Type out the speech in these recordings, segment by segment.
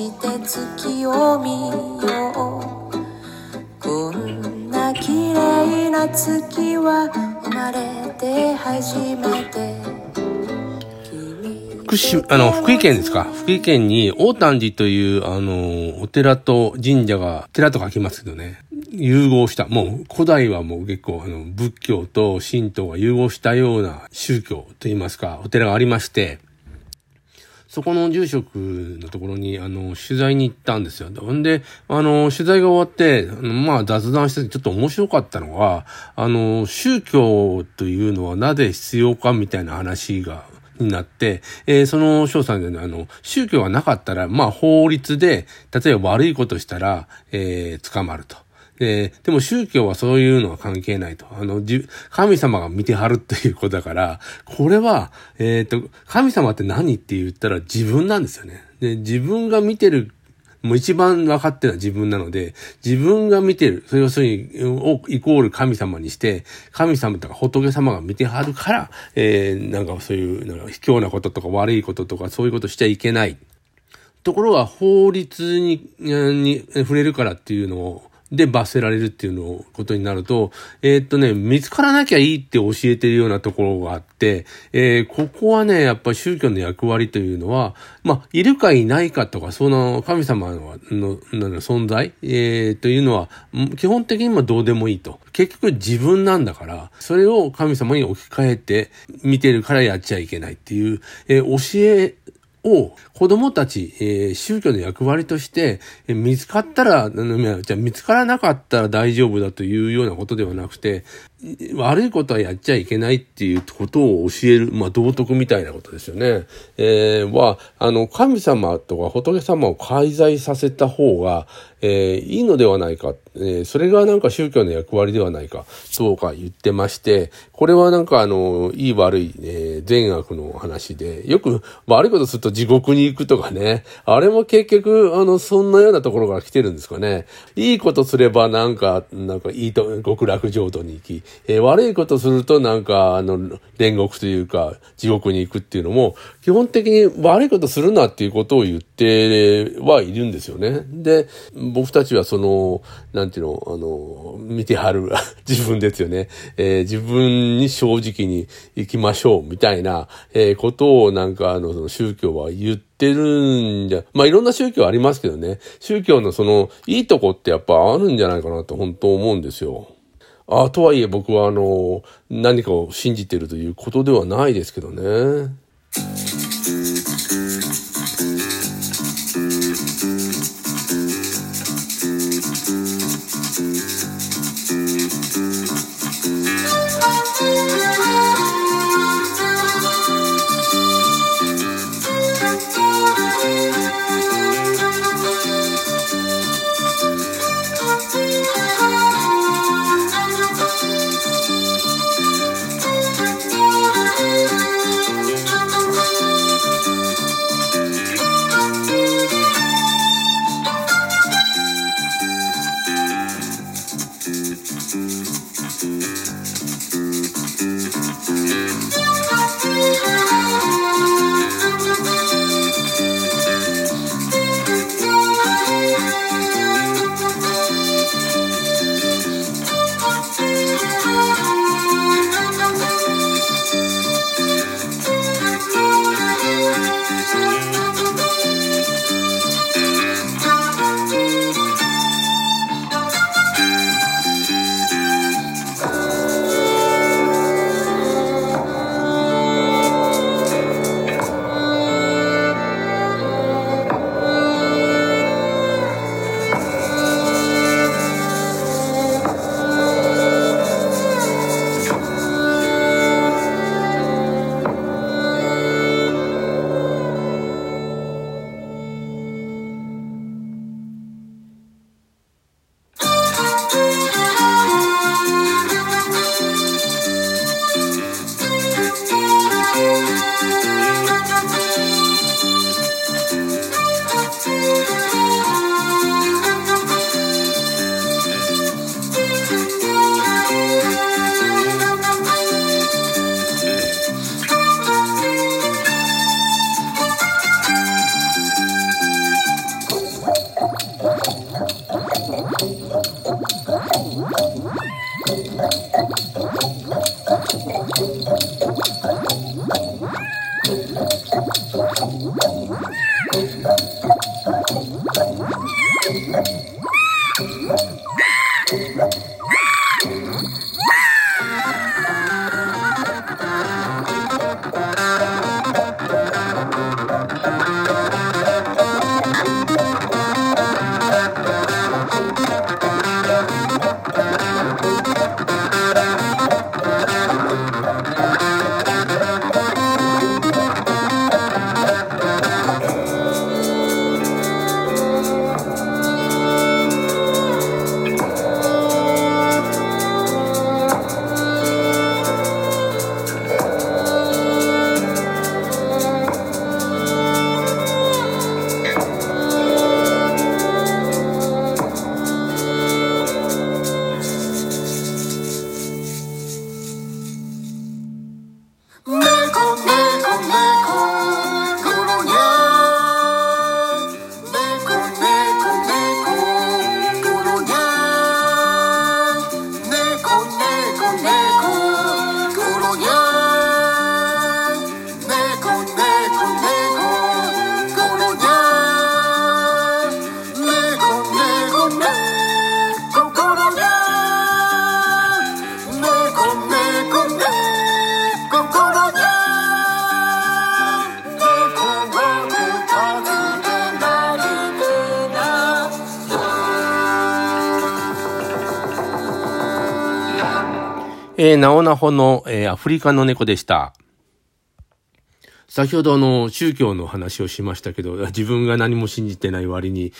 して月を見よう。こんな綺麗な月は生まれて初めて。 福井県ですか。福井県に大丹寺というお寺と神社が、寺と書きますけどね、融合した、もう古代はもう結構仏教と神道が融合したような宗教といいますか、お寺がありまして、そこの住職のところに取材に行ったんですよ。んで、取材が終わって、雑談しててちょっと面白かったのは、宗教というのはなぜ必要かみたいな話になって、その翔さんでね、宗教がなかったら、法律で、例えば悪いことしたら、捕まると。でも宗教はそういうのは関係ないと。神様が見てはるっていうことだから、これは、神様って何って言ったら自分なんですよね。で、自分が見てる、もう一番分かってるのは自分なので、自分が見てる、要するに、イコール神様にして、神様とか仏様が見てはるから、そういう、卑怯なこととか悪いこととかそういうことしちゃいけない。ところが法律に触れるからっていうのを、で罰せられるっていうことになると、見つからなきゃいいって教えてるようなところがあって、ここはね、やっぱり宗教の役割というのは、いるかいないかとか、その神様の存在、というのは、基本的にどうでもいいと。結局自分なんだから、それを神様に置き換えて見てるからやっちゃいけないっていう、教えを子供たち、宗教の役割として、見つかったら、じゃあ見つからなかったら大丈夫だというようなことではなくて、悪いことはやっちゃいけないっていうことを教える、道徳みたいなことですよね。神様とか仏様を介在させた方が、いいのではないか。それが宗教の役割ではないか、とか言ってまして、これはいい悪い、善悪の話で、よく悪いことすると地獄に行くとかね、あれも結局、そんなようなところから来てるんですかね。いいことすればいいと、極楽浄土に行き、悪いことすると煉獄というか、地獄に行くっていうのも、基本的に悪いことするなっていうことを言ってはいるんですよね。で、僕たちは見てはる自分ですよね。自分に正直に行きましょうみたいな、ことを宗教は言ってるんじゃ、いろんな宗教ありますけどね。宗教のいいとこってやっぱあるんじゃないかなと本当思うんですよ。とはいえ僕は何かを信じてるということではないですけどね。 なおなほの、アフリカの猫でした。先ほど宗教の話をしましたけど、自分が何も信じてない割に、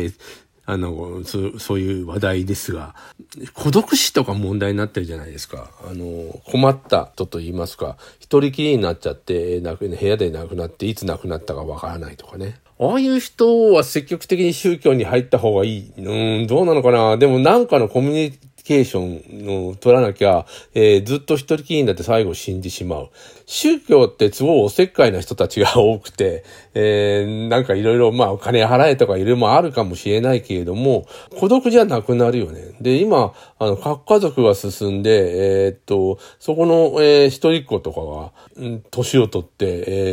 そういう話題ですが、孤独死とか問題になってるじゃないですか。困った人と言いますか、一人きりになっちゃって、部屋で亡くなって、いつ亡くなったかわからないとかね。ああいう人は積極的に宗教に入った方がいい。どうなのかな。でもなんかのコミュニケーションを取らなきゃ、ずっと一人きりになって最後死んでしまう。宗教ってすごいおせっかいな人たちが多くて、なんかいろいろお金払えとかいろいろもあるかもしれないけれども、孤独じゃなくなるよね。で、今、核家族が進んで、そこの、一人っ子とかが、年を取って、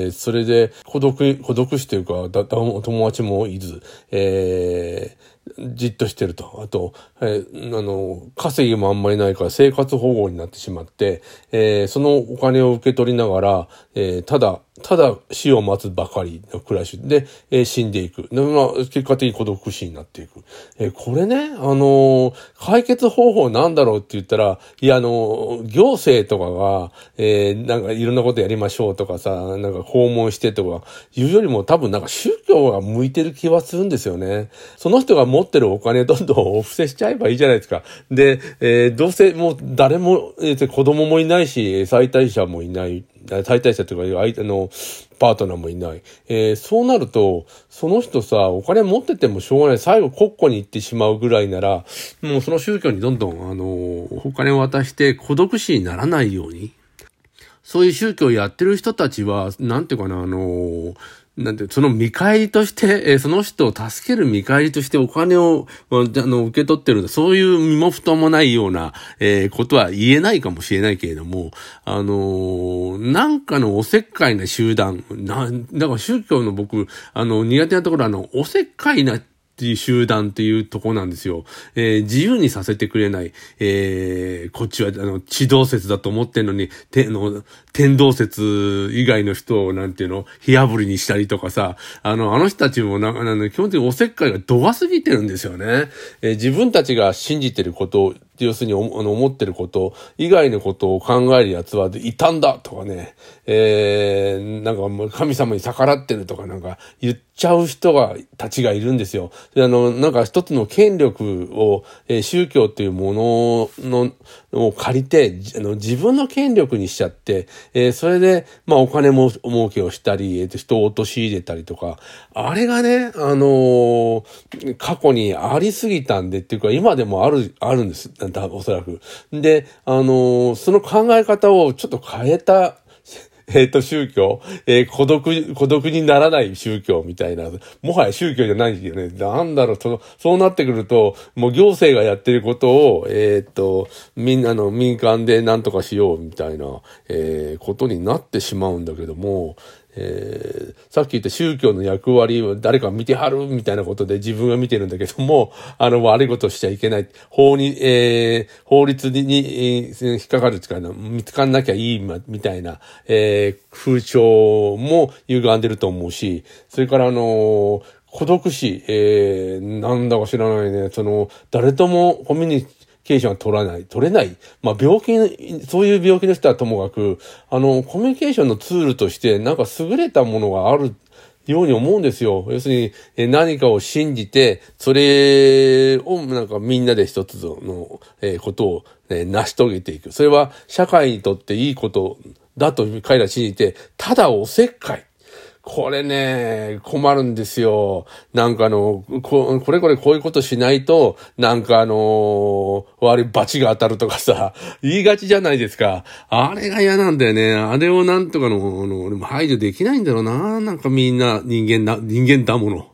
それで孤独死というか、友達もいず、じっとしてると。あと、稼ぎもあんまりないから生活保護になってしまって、そのお金を受け取りながら、ただ死を待つばかりの暮らしで、死んでいく。で結果的に孤独死になっていく。これね、解決方法なんだろうって言ったら、いや、行政とかが、なんかいろんなことやりましょうとかさ、なんか訪問してとか、いうよりも多分なんか宗教が向いてる気はするんですよね。その人が持ってるお金どんどんお布施しちゃえばいいじゃないですか。で、どうせもう誰も、子供もいないし、妻帯者もいない。妻帯者というか、相手のパートナーもいない。そうなると、その人さ、お金持っててもしょうがない。最後国庫に行ってしまうぐらいなら、もうその宗教にどんどん、お金を渡して孤独死にならないように。そういう宗教をやってる人たちは、なんていうかな、その見返りとして、その人を助ける見返りとしてお金を、受け取ってる。そういう身も蓋もないような、ことは言えないかもしれないけれども、なんかのおせっかいな集団、だから宗教の僕、苦手なところは、おせっかいな、っていう集団っていうとこなんですよ。自由にさせてくれない。こっちは、地動説だと思ってんのに、天動説以外の人を、火あぶりにしたりとかさ、あの人たちも基本的におせっかいが度が過ぎてるんですよね。自分たちが信じてることを、要するに思ってること以外のことを考える奴は異端だとかね、なんかもう神様に逆らってるとかなんか言っちゃう人たちがいるんですよ。でなんか一つの権力を、宗教っていうものを借りて、自分の権力にしちゃって、それで、お金も儲けをしたり、人を陥れたりとか、あれがね、過去にありすぎたんでっていうか、今でもあるんです。おそらく。で、その考え方をちょっと変えた宗教、孤独にならない宗教みたいな、もはや宗教じゃないよね。なんだろう、そうなってくると、もう行政がやってることを、みんなの民間で何とかしようみたいな、ことになってしまうんだけども、さっき言った宗教の役割を誰か見てはるみたいなことで自分が見てるんだけども、悪いことをしちゃいけない。法律に引っかかるっていうか、見つかんなきゃいいみたいな、風潮も歪んでると思うし、それから孤独死、なんだか知らないね。誰ともコミュニケーションは取れない。まあ、そういう病気の人はともかく、コミュニケーションのツールとして、なんか優れたものがあるように思うんですよ。要するに、何かを信じて、それをなんかみんなで一つの、ことを、成し遂げていく。それは社会にとっていいことだと彼ら信じて、ただおせっかい。これね、困るんですよ。なんかこれこういうことしないと、なんか悪い罰が当たるとかさ、言いがちじゃないですか。あれが嫌なんだよね。あれをなんとか排除できないんだろうな。なんかみんな人間だもの。